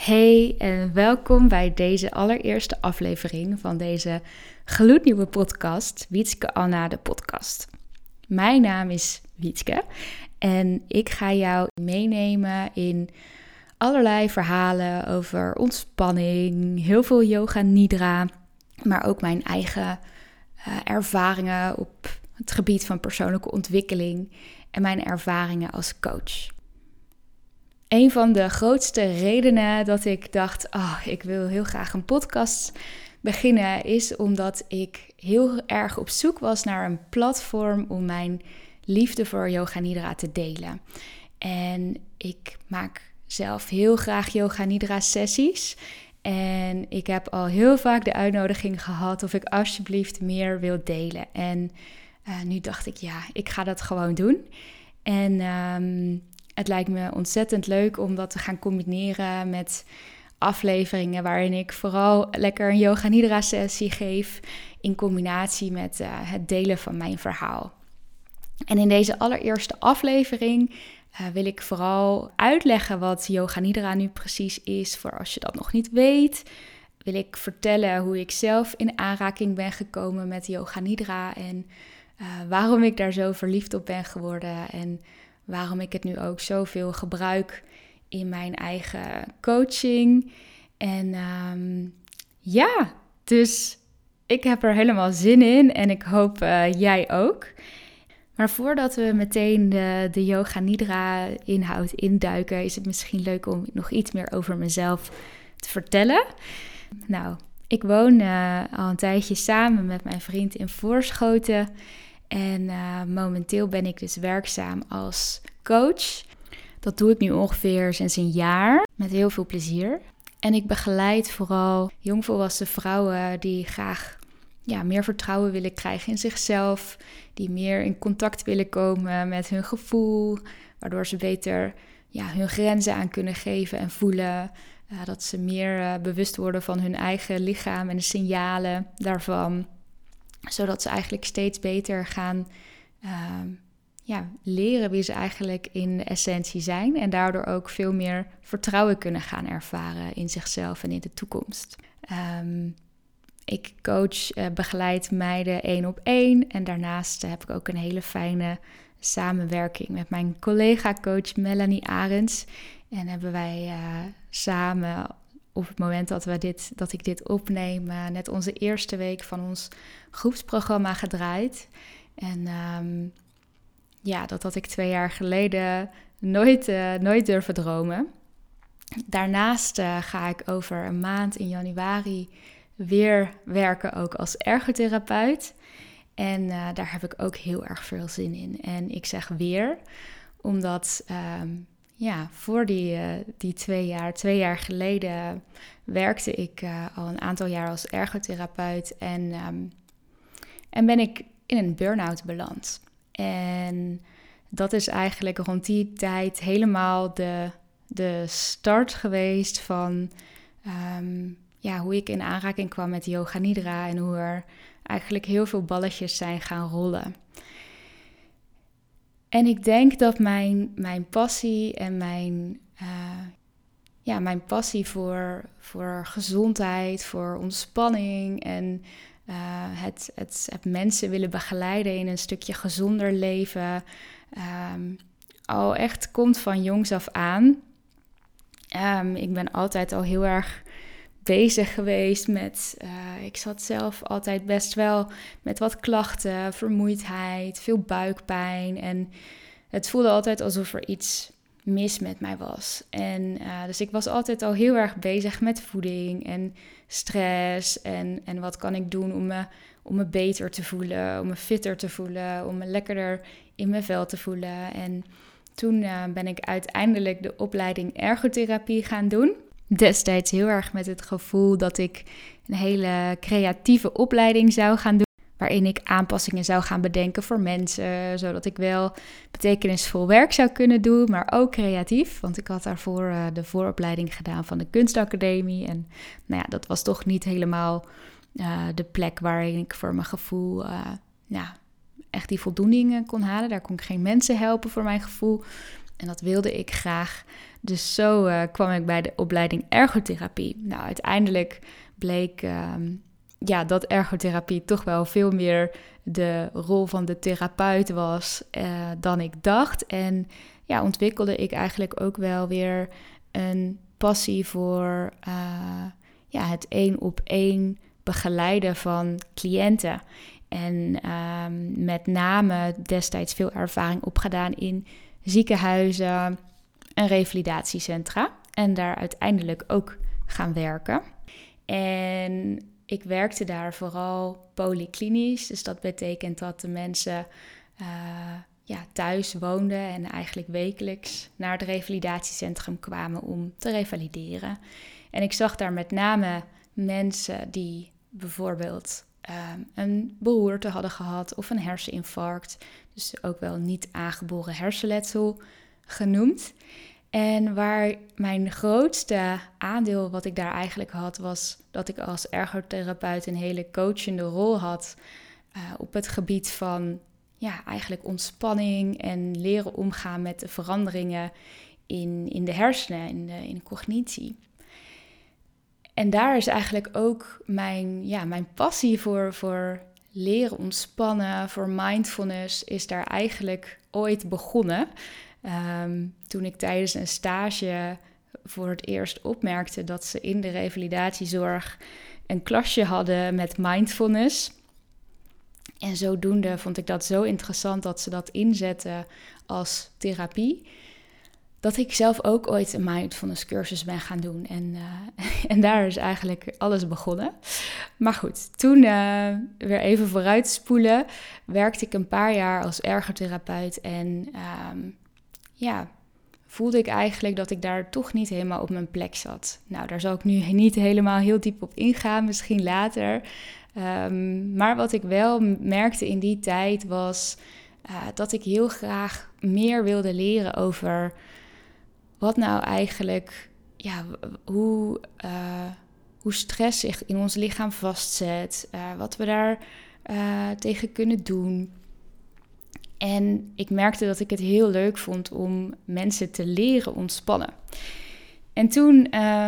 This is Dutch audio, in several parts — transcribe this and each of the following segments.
Hey en welkom bij deze allereerste aflevering van deze gloednieuwe podcast, Wietske Anna de podcast. Mijn naam is Wietske en ik ga jou meenemen in allerlei verhalen over ontspanning, heel veel yoga nidra, maar ook mijn eigen ervaringen op het gebied van persoonlijke ontwikkeling en mijn ervaringen als coach. Een van de grootste redenen dat ik dacht, ik wil heel graag een podcast beginnen, is omdat ik heel erg op zoek was naar een platform om mijn liefde voor yoga nidra te delen. En ik maak zelf heel graag yoga nidra sessies. En ik heb al heel vaak de uitnodiging gehad of ik alsjeblieft meer wil delen. En nu dacht ik, ik ga dat gewoon doen. En het lijkt me ontzettend leuk om dat te gaan combineren met afleveringen waarin ik vooral lekker een yoga nidra sessie geef in combinatie met het delen van mijn verhaal. En in deze allereerste aflevering wil ik vooral uitleggen wat yoga nidra nu precies is, voor als je dat nog niet weet. Wil ik vertellen hoe ik zelf in aanraking ben gekomen met yoga nidra en waarom ik daar zo verliefd op ben geworden en waarom ik het nu ook zoveel gebruik in mijn eigen coaching. En dus ik heb er helemaal zin in en ik hoop jij ook. Maar voordat we meteen de yoga nidra inhoud induiken, is het misschien leuk om nog iets meer over mezelf te vertellen. Nou, ik woon al een tijdje samen met mijn vriend in Voorschoten. En momenteel ben ik dus werkzaam als coach. Dat doe ik nu ongeveer sinds een jaar met heel veel plezier. En ik begeleid vooral jongvolwassen vrouwen die graag meer vertrouwen willen krijgen in zichzelf. Die meer in contact willen komen met hun gevoel. Waardoor ze beter hun grenzen aan kunnen geven en voelen. Dat ze meer bewust worden van hun eigen lichaam en de signalen daarvan. Zodat ze eigenlijk steeds beter gaan leren wie ze eigenlijk in de essentie zijn. En daardoor ook veel meer vertrouwen kunnen gaan ervaren in zichzelf en in de toekomst. Ik begeleid meiden 1-op-1. En daarnaast heb ik ook een hele fijne samenwerking met mijn collega-coach Melanie Arends. En hebben wij samen op het moment dat ik dit opneem, net onze eerste week van ons groepsprogramma gedraaid. En dat had ik 2 jaar geleden nooit durven dromen. Daarnaast ga ik over een maand in januari weer werken ook als ergotherapeut. En daar heb ik ook heel erg veel zin in. En ik zeg weer, omdat voor die 2 jaar geleden werkte ik al een aantal jaar als ergotherapeut en ben ik in een burn-out beland. En dat is eigenlijk rond die tijd helemaal de start geweest van hoe ik in aanraking kwam met yoga nidra en hoe er eigenlijk heel veel balletjes zijn gaan rollen. En ik denk dat mijn passie en mijn passie voor gezondheid, voor ontspanning en het mensen willen begeleiden in een stukje gezonder leven al echt komt van jongs af aan. Ik ben altijd al heel erg bezig geweest met, ik zat zelf altijd best wel met wat klachten, vermoeidheid, veel buikpijn. En het voelde altijd alsof er iets mis met mij was. En dus ik was altijd al heel erg bezig met voeding en stress. En wat kan ik doen om me beter te voelen, om me fitter te voelen, om me lekkerder in mijn vel te voelen. En toen ben ik uiteindelijk de opleiding ergotherapie gaan doen. Destijds heel erg met het gevoel dat ik een hele creatieve opleiding zou gaan doen, waarin ik aanpassingen zou gaan bedenken voor mensen, zodat ik wel betekenisvol werk zou kunnen doen, maar ook creatief. Want ik had daarvoor de vooropleiding gedaan van de kunstacademie. En dat was toch niet helemaal de plek waarin ik voor mijn gevoel echt die voldoening kon halen. Daar kon ik geen mensen helpen voor mijn gevoel. En dat wilde ik graag. Dus zo kwam ik bij de opleiding ergotherapie. Nou, uiteindelijk bleek dat ergotherapie toch wel veel meer de rol van de therapeut was dan ik dacht. En ja, ontwikkelde ik eigenlijk ook wel weer een passie voor het 1-op-1 begeleiden van cliënten. En met name destijds veel ervaring opgedaan in ziekenhuizen en revalidatiecentra. En daar uiteindelijk ook gaan werken. En ik werkte daar vooral polyklinisch. Dus dat betekent dat de mensen thuis woonden en eigenlijk wekelijks naar het revalidatiecentrum kwamen om te revalideren. En ik zag daar met name mensen die bijvoorbeeld een beroerte hadden gehad of een herseninfarct. Dus ook wel niet aangeboren hersenletsel genoemd. En waar mijn grootste aandeel wat ik daar eigenlijk had, was dat ik als ergotherapeut een hele coachende rol had op het gebied van eigenlijk ontspanning en leren omgaan met de veranderingen in de hersenen, in de cognitie. En daar is eigenlijk ook mijn passie voor leren ontspannen, voor mindfulness, is daar eigenlijk ooit begonnen. Toen ik tijdens een stage voor het eerst opmerkte dat ze in de revalidatiezorg een klasje hadden met mindfulness. En zodoende vond ik dat zo interessant dat ze dat inzetten als therapie, dat ik zelf ook ooit een mindfulness cursus ben gaan doen. En daar is eigenlijk alles begonnen. Maar goed, toen weer even vooruitspoelen, werkte ik een paar jaar als ergotherapeut. En voelde ik eigenlijk dat ik daar toch niet helemaal op mijn plek zat. Nou, daar zal ik nu niet helemaal heel diep op ingaan, misschien later. Maar wat ik wel merkte in die tijd was dat ik heel graag meer wilde leren over wat nou eigenlijk, hoe stress zich in ons lichaam vastzet, wat we daar tegen kunnen doen. En ik merkte dat ik het heel leuk vond om mensen te leren ontspannen. En toen,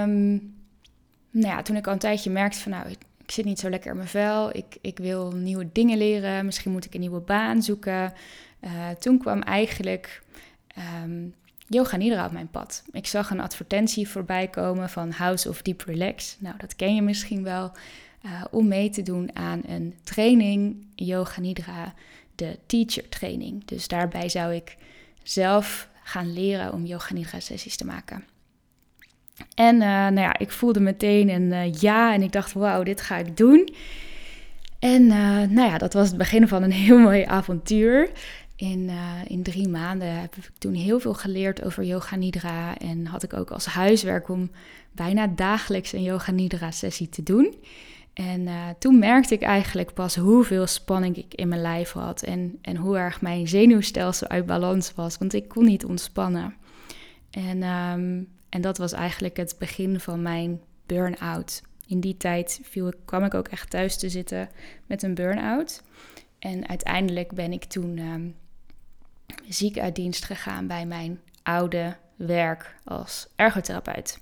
toen ik al een tijdje merkte van ik zit niet zo lekker in mijn vel, ik wil nieuwe dingen leren, misschien moet ik een nieuwe baan zoeken. Toen kwam eigenlijk Yoga Nidra op mijn pad. Ik zag een advertentie voorbij komen van House of Deep Relax. Nou, dat ken je misschien wel. Om mee te doen aan een training, Yoga Nidra, de teacher training. Dus daarbij zou ik zelf gaan leren om Yoga Nidra sessies te maken. En ik voelde meteen een ja en ik dacht, wauw, dit ga ik doen. En dat was het begin van een heel mooi avontuur. In 3 maanden heb ik toen heel veel geleerd over Yoga Nidra. En had ik ook als huiswerk om bijna dagelijks een Yoga Nidra sessie te doen. En toen merkte ik eigenlijk pas hoeveel spanning ik in mijn lijf had. En hoe erg mijn zenuwstelsel uit balans was. Want ik kon niet ontspannen. En dat was eigenlijk het begin van mijn burn-out. In die tijd kwam ik ook echt thuis te zitten met een burn-out. En uiteindelijk ben ik toen ziek uit dienst gegaan bij mijn oude werk als ergotherapeut.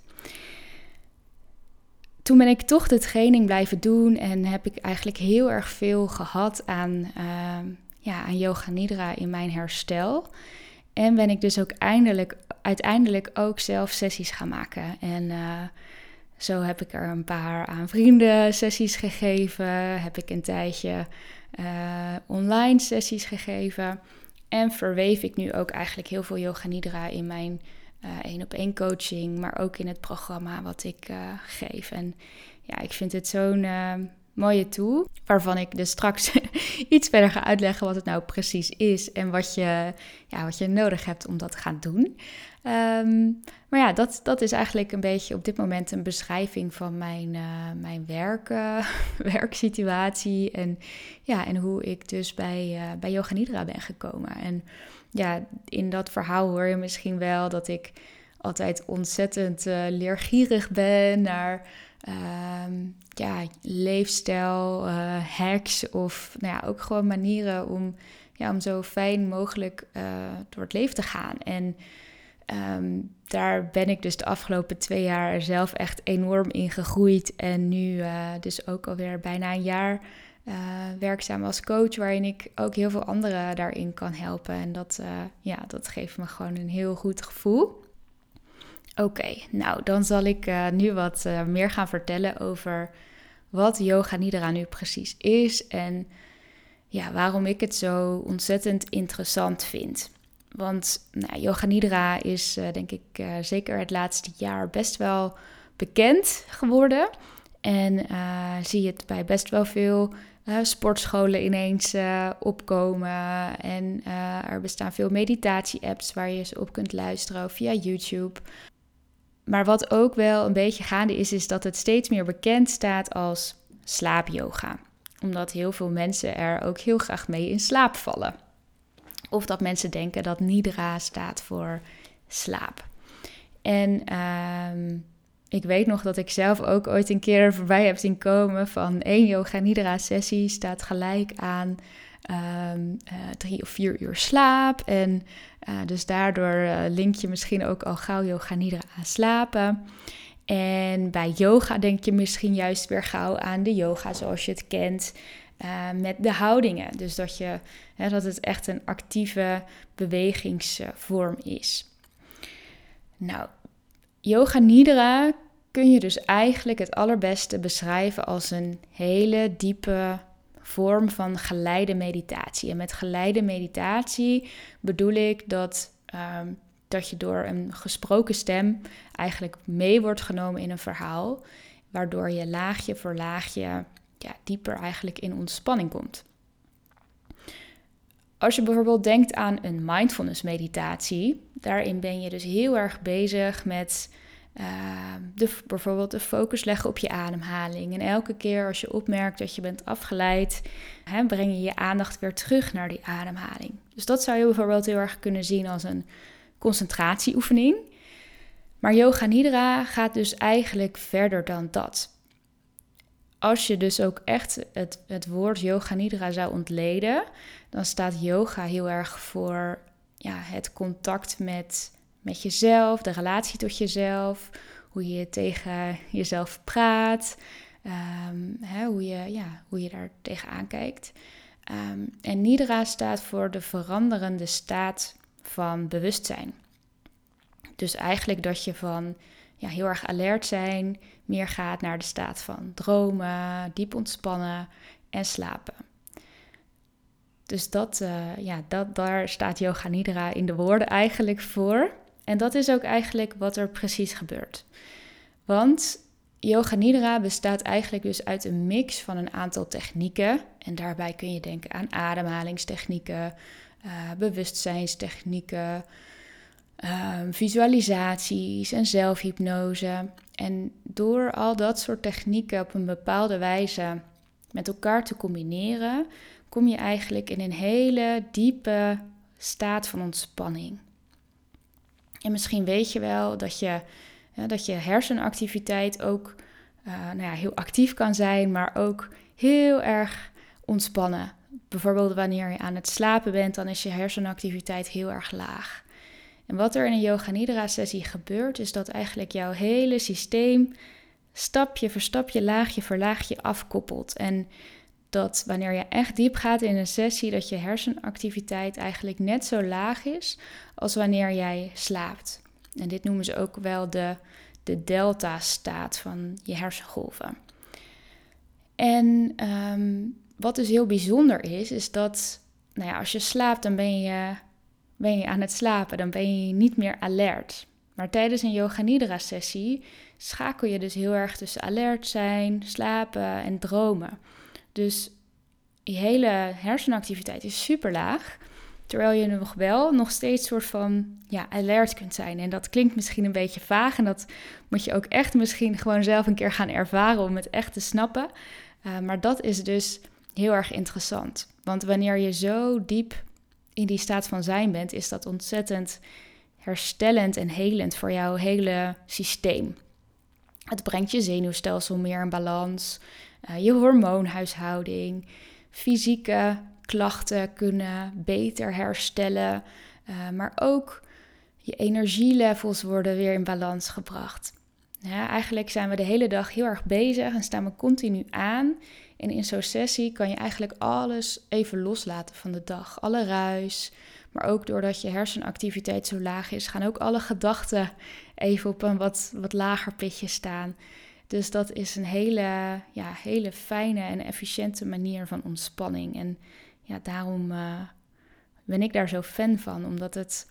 Toen ben ik toch de training blijven doen en heb ik eigenlijk heel erg veel gehad aan Yoga Nidra in mijn herstel. En ben ik dus ook uiteindelijk ook zelf sessies gaan maken. En zo heb ik er een paar aan vrienden sessies gegeven. Heb ik een tijdje online sessies gegeven. En verweef ik nu ook eigenlijk heel veel Yoga Nidra in mijn 1-op-1 coaching, maar ook in het programma wat ik geef. En ik vind het zo'n mooie tool, waarvan ik dus straks iets verder ga uitleggen wat het nou precies is en wat je nodig hebt om dat te gaan doen. Dat is eigenlijk een beetje op dit moment een beschrijving van mijn werksituatie en hoe ik dus bij Yoga Nidra ben gekomen. En in dat verhaal hoor je misschien wel dat ik altijd ontzettend leergierig ben naar leefstijl, hacks of ook gewoon manieren om zo fijn mogelijk door het leven te gaan. En Daar ben ik dus de afgelopen 2 jaar zelf echt enorm in gegroeid. En nu dus ook alweer bijna een jaar werkzaam als coach, waarin ik ook heel veel anderen daarin kan helpen. En dat geeft me gewoon een heel goed gevoel. Oké, nou dan zal ik nu wat meer gaan vertellen over wat Yoga Nidra nu precies is en waarom ik het zo ontzettend interessant vind. Want Yoga Nidra is denk ik zeker het laatste jaar best wel bekend geworden. En zie je het bij best wel veel sportscholen ineens opkomen. En er bestaan veel meditatie-apps waar je ze op kunt luisteren via YouTube. Maar wat ook wel een beetje gaande is dat het steeds meer bekend staat als slaapyoga. Omdat heel veel mensen er ook heel graag mee in slaap vallen. Of dat mensen denken dat Nidra staat voor slaap. En ik weet nog dat ik zelf ook ooit een keer voorbij heb zien komen van 1 Yoga Nidra sessie staat gelijk aan 3 of 4 uur slaap. En dus daardoor link je misschien ook al gauw Yoga Nidra aan slapen. En bij yoga denk je misschien juist weer gauw aan de yoga zoals je het kent. Met de houdingen. Dus dat het echt een actieve bewegingsvorm is. Nou, Yoga Nidra kun je dus eigenlijk het allerbeste beschrijven als een hele diepe vorm van geleide meditatie. En met geleide meditatie bedoel ik dat je door een gesproken stem eigenlijk mee wordt genomen in een verhaal, waardoor je laagje voor laagje dieper eigenlijk in ontspanning komt. Als je bijvoorbeeld denkt aan een mindfulness meditatie, daarin ben je dus heel erg bezig met bijvoorbeeld de focus leggen op je ademhaling. En elke keer als je opmerkt dat je bent afgeleid, breng je je aandacht weer terug naar die ademhaling. Dus dat zou je bijvoorbeeld heel erg kunnen zien als een concentratieoefening. Maar Yoga Nidra gaat dus eigenlijk verder dan dat. Als je dus ook echt het woord Yoga Nidra zou ontleden, dan staat yoga heel erg voor het contact met jezelf, de relatie tot jezelf, hoe je tegen jezelf praat, hoe je daar tegenaan kijkt. En Nidra staat voor de veranderende staat van bewustzijn. Dus eigenlijk dat je van heel erg alert zijn meer gaat naar de staat van dromen, diep ontspannen en slapen. Dus daar staat Yoga Nidra in de woorden eigenlijk voor. En dat is ook eigenlijk wat er precies gebeurt. Want Yoga Nidra bestaat eigenlijk dus uit een mix van een aantal technieken. En daarbij kun je denken aan ademhalingstechnieken, bewustzijnstechnieken, visualisaties en zelfhypnose. En door al dat soort technieken op een bepaalde wijze met elkaar te combineren, kom je eigenlijk in een hele diepe staat van ontspanning. En misschien weet je wel dat je hersenactiviteit ook heel actief kan zijn, maar ook heel erg ontspannen. Bijvoorbeeld wanneer je aan het slapen bent, dan is je hersenactiviteit heel erg laag. En wat er in een Yoga Nidra sessie gebeurt, is dat eigenlijk jouw hele systeem stapje voor stapje, laagje voor laagje afkoppelt. En dat wanneer je echt diep gaat in een sessie, dat je hersenactiviteit eigenlijk net zo laag is als wanneer jij slaapt. En dit noemen ze ook wel de delta-staat van je hersengolven. En wat dus heel bijzonder is dat als je slaapt, dan ben je aan het slapen, dan ben je niet meer alert. Maar tijdens een Yoga Nidra sessie schakel je dus heel erg tussen alert zijn, slapen en dromen. Dus je hele hersenactiviteit is super laag, terwijl je nog steeds soort van alert kunt zijn. En dat klinkt misschien een beetje vaag en dat moet je ook echt misschien gewoon zelf een keer gaan ervaren om het echt te snappen. Maar dat is dus heel erg interessant. Want wanneer je zo diep in die staat van zijn bent, is dat ontzettend herstellend en helend voor jouw hele systeem. Het brengt je zenuwstelsel meer in balans, je hormoonhuishouding, fysieke klachten kunnen beter herstellen, maar ook Je energielevels worden weer in balans gebracht. Ja, eigenlijk zijn we de hele dag heel erg bezig en staan we continu aan. En in zo'n sessie kan je eigenlijk alles even loslaten van de dag. Alle ruis, maar ook doordat je hersenactiviteit zo laag is, gaan ook alle gedachten even op een wat lager pitje staan. Dus dat is een hele fijne en efficiënte manier van ontspanning. En ja, daarom ben ik daar zo fan van, omdat het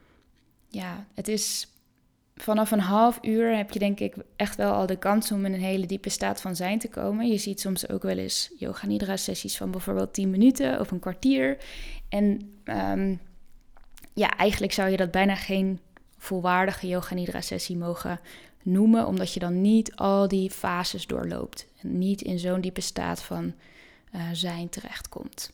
is vanaf een half uur heb je denk ik echt wel al de kans om in een hele diepe staat van zijn te komen. Je ziet soms ook wel eens yoga nidra sessies van bijvoorbeeld 10 minuten of een kwartier. En eigenlijk zou je dat bijna geen volwaardige yoga nidra sessie mogen noemen, omdat je dan niet al die fases doorloopt en niet in zo'n diepe staat van zijn terechtkomt.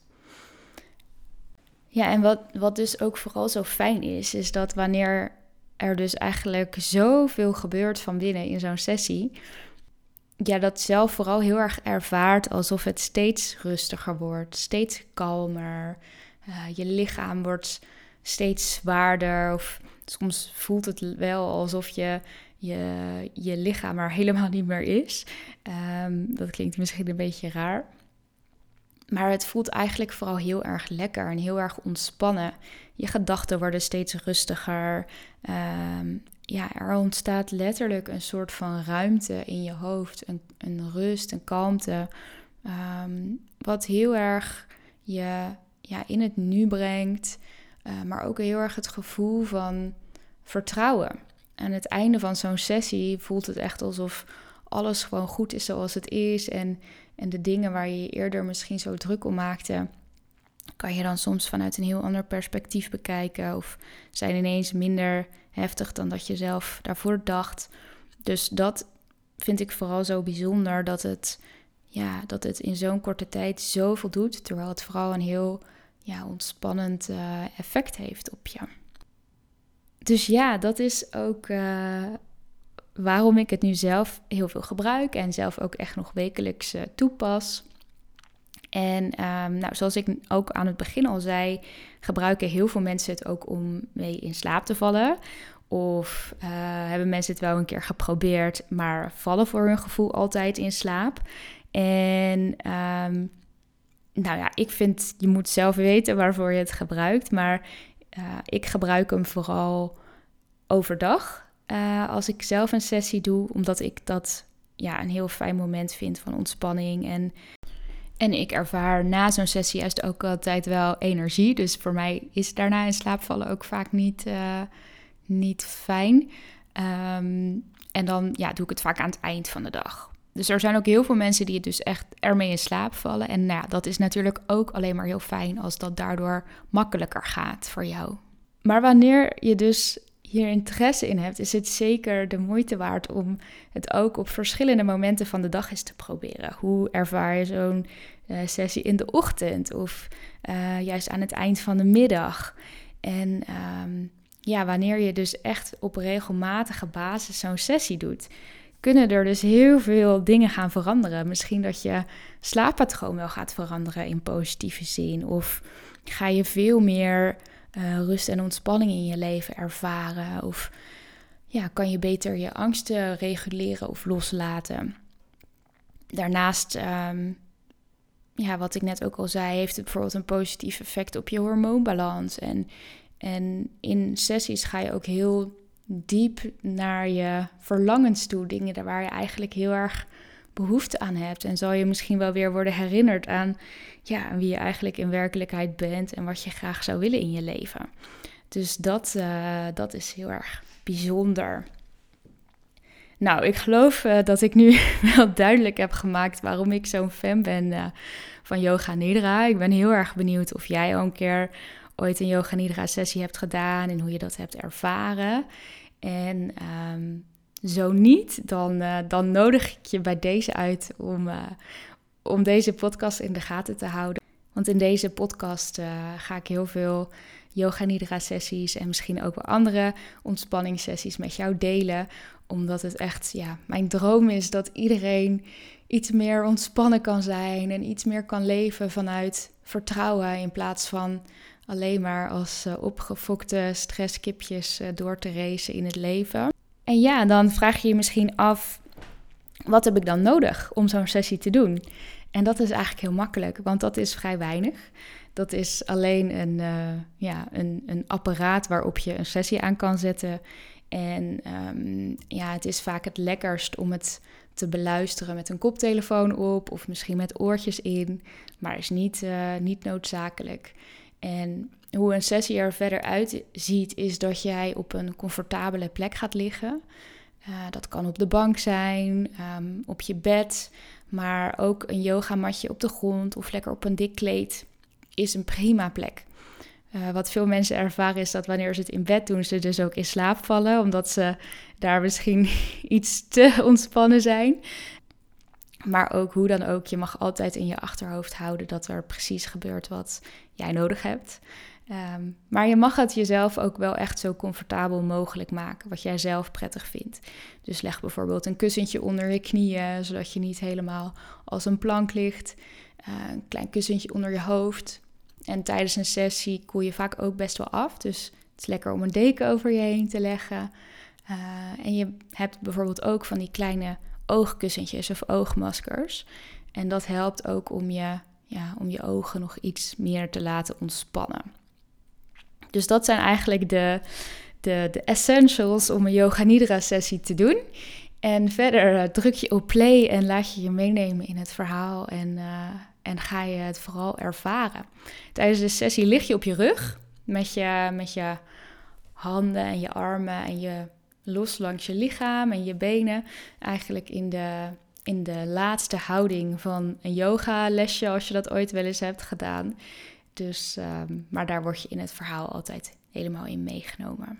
Ja, en wat dus ook vooral zo fijn is dat wanneer er dus eigenlijk zoveel gebeurt van binnen in zo'n sessie, ja, dat zelf vooral heel erg ervaart alsof het steeds rustiger wordt, steeds kalmer. Je lichaam wordt steeds zwaarder of soms voelt het wel alsof je lichaam er helemaal niet meer is. Dat klinkt misschien een beetje raar. Maar het voelt eigenlijk vooral heel erg lekker en heel erg ontspannen. Je gedachten worden steeds rustiger. Er ontstaat letterlijk een soort van ruimte in je hoofd. Een rust, een kalmte. Wat heel erg je in het nu brengt. Maar ook heel erg het gevoel van vertrouwen. Aan het einde van zo'n sessie voelt het echt alsof alles gewoon goed is zoals het is. En de dingen waar je eerder misschien zo druk om maakte, kan je dan soms vanuit een heel ander perspectief bekijken. Of zijn ineens minder heftig dan dat je zelf daarvoor dacht. Dus dat vind ik vooral zo bijzonder, dat het in zo'n korte tijd zoveel doet, terwijl het vooral een heel ontspannend effect heeft op je. Dus ja, dat is ook waarom ik het nu zelf heel veel gebruik en zelf ook echt nog wekelijks toepas. En zoals ik ook aan het begin al zei, gebruiken heel veel mensen het ook om mee in slaap te vallen. Of hebben mensen het wel een keer geprobeerd, maar vallen voor hun gevoel altijd in slaap. En ik vind, je moet zelf weten waarvoor je het gebruikt. Maar ik gebruik hem vooral overdag als ik zelf een sessie doe, omdat ik dat een heel fijn moment vind van ontspanning. En ik ervaar na zo'n sessie juist ook altijd wel energie. Dus voor mij is daarna in slaap vallen ook vaak niet fijn. En dan doe ik het vaak aan het eind van de dag. Dus er zijn ook heel veel mensen die het dus echt ermee in slaap vallen. En dat is natuurlijk ook alleen maar heel fijn als dat daardoor makkelijker gaat voor jou. Maar wanneer je dus hier interesse in hebt, is het zeker de moeite waard om het ook op verschillende momenten van de dag eens te proberen. Hoe ervaar je zo'n sessie in de ochtend of juist aan het eind van de middag? En wanneer je dus echt op regelmatige basis zo'n sessie doet, kunnen er dus heel veel dingen gaan veranderen. Misschien dat je slaappatroon wel gaat veranderen in positieve zin. Of ga je veel meer rust en ontspanning in je leven ervaren. Of kan je beter je angsten reguleren of loslaten. Daarnaast, wat ik net ook al zei, heeft het bijvoorbeeld een positief effect op je hormoonbalans. En in sessies ga je ook heel diep naar je verlangens toe. Dingen waar je eigenlijk heel erg behoefte aan hebt. En zal je misschien wel weer worden herinnerd aan wie je eigenlijk in werkelijkheid bent en wat je graag zou willen in je leven. Dus dat is heel erg bijzonder. Nou, ik geloof dat ik nu wel duidelijk heb gemaakt waarom ik zo'n fan ben van Yoga Nidra. Ik ben heel erg benieuwd of jij al een keer ooit een Yoga Nidra sessie hebt gedaan en hoe je dat hebt ervaren. En zo niet, dan nodig ik je bij deze uit om deze podcast in de gaten te houden. Want in deze podcast ga ik heel veel Yoga Nidra sessies en misschien ook wel andere ontspanningssessies met jou delen. Omdat het echt, mijn droom is dat iedereen iets meer ontspannen kan zijn en iets meer kan leven vanuit vertrouwen in plaats van alleen maar als opgefokte stresskipjes door te racen in het leven. En ja, dan vraag je je misschien af, wat heb ik dan nodig om zo'n sessie te doen? En dat is eigenlijk heel makkelijk, want dat is vrij weinig. Dat is alleen een apparaat waarop je een sessie aan kan zetten. En het is vaak het lekkerst om het te beluisteren met een koptelefoon op of misschien met oortjes in, maar is niet noodzakelijk. En hoe een sessie er verder uitziet is dat jij op een comfortabele plek gaat liggen. Dat kan op de bank zijn, op je bed, maar ook een yogamatje op de grond of lekker op een dik kleed is een prima plek. Wat veel mensen ervaren is dat wanneer ze het in bed doen, ze dus ook in slaap vallen, omdat ze daar misschien iets te ontspannen zijn. Maar ook hoe dan ook, je mag altijd in je achterhoofd houden dat er precies gebeurt wat jij nodig hebt. Maar je mag het jezelf ook wel echt zo comfortabel mogelijk maken, wat jij zelf prettig vindt. Dus leg bijvoorbeeld een kussentje onder je knieën, zodat je niet helemaal als een plank ligt. Een klein kussentje onder je hoofd. En tijdens een sessie koel je vaak ook best wel af. Dus het is lekker om een deken over je heen te leggen. En je hebt bijvoorbeeld ook van die kleine oogkussentjes of oogmaskers. En dat helpt ook om je ogen nog iets meer te laten ontspannen. Dus dat zijn eigenlijk de essentials om een Yoga Nidra sessie te doen. En verder druk je op play en laat je je meenemen in het verhaal en ga je het vooral ervaren. Tijdens de sessie lig je op je rug met je handen en je armen en je los langs je lichaam en je benen. Eigenlijk in de laatste houding van een yoga lesje, als je dat ooit wel eens hebt gedaan. Dus, maar daar word je in het verhaal altijd helemaal in meegenomen.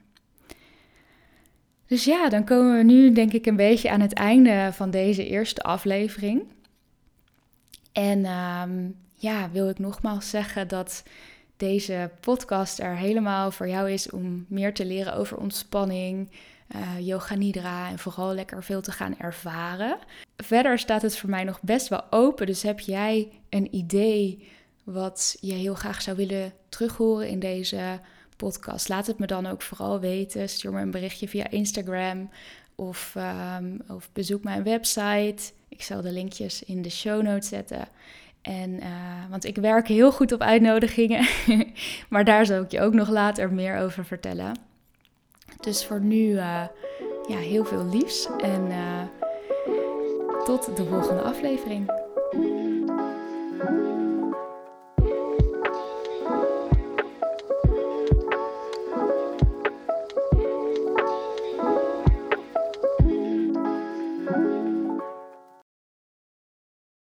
Dus ja, dan komen we nu denk ik een beetje aan het einde van deze eerste aflevering. En wil ik nogmaals zeggen dat deze podcast er helemaal voor jou is om meer te leren over ontspanning, Yoga Nidra en vooral lekker veel te gaan ervaren. Verder staat het voor mij nog best wel open, dus heb jij een idee wat je heel graag zou willen terughoren in deze podcast? Laat het me dan ook vooral weten. Stuur me een berichtje via Instagram of bezoek mijn website. Ik zal de linkjes in de show notes zetten. Want ik werk heel goed op uitnodigingen, maar daar zal ik je ook nog later meer over vertellen. Dus voor nu heel veel liefs en tot de volgende aflevering.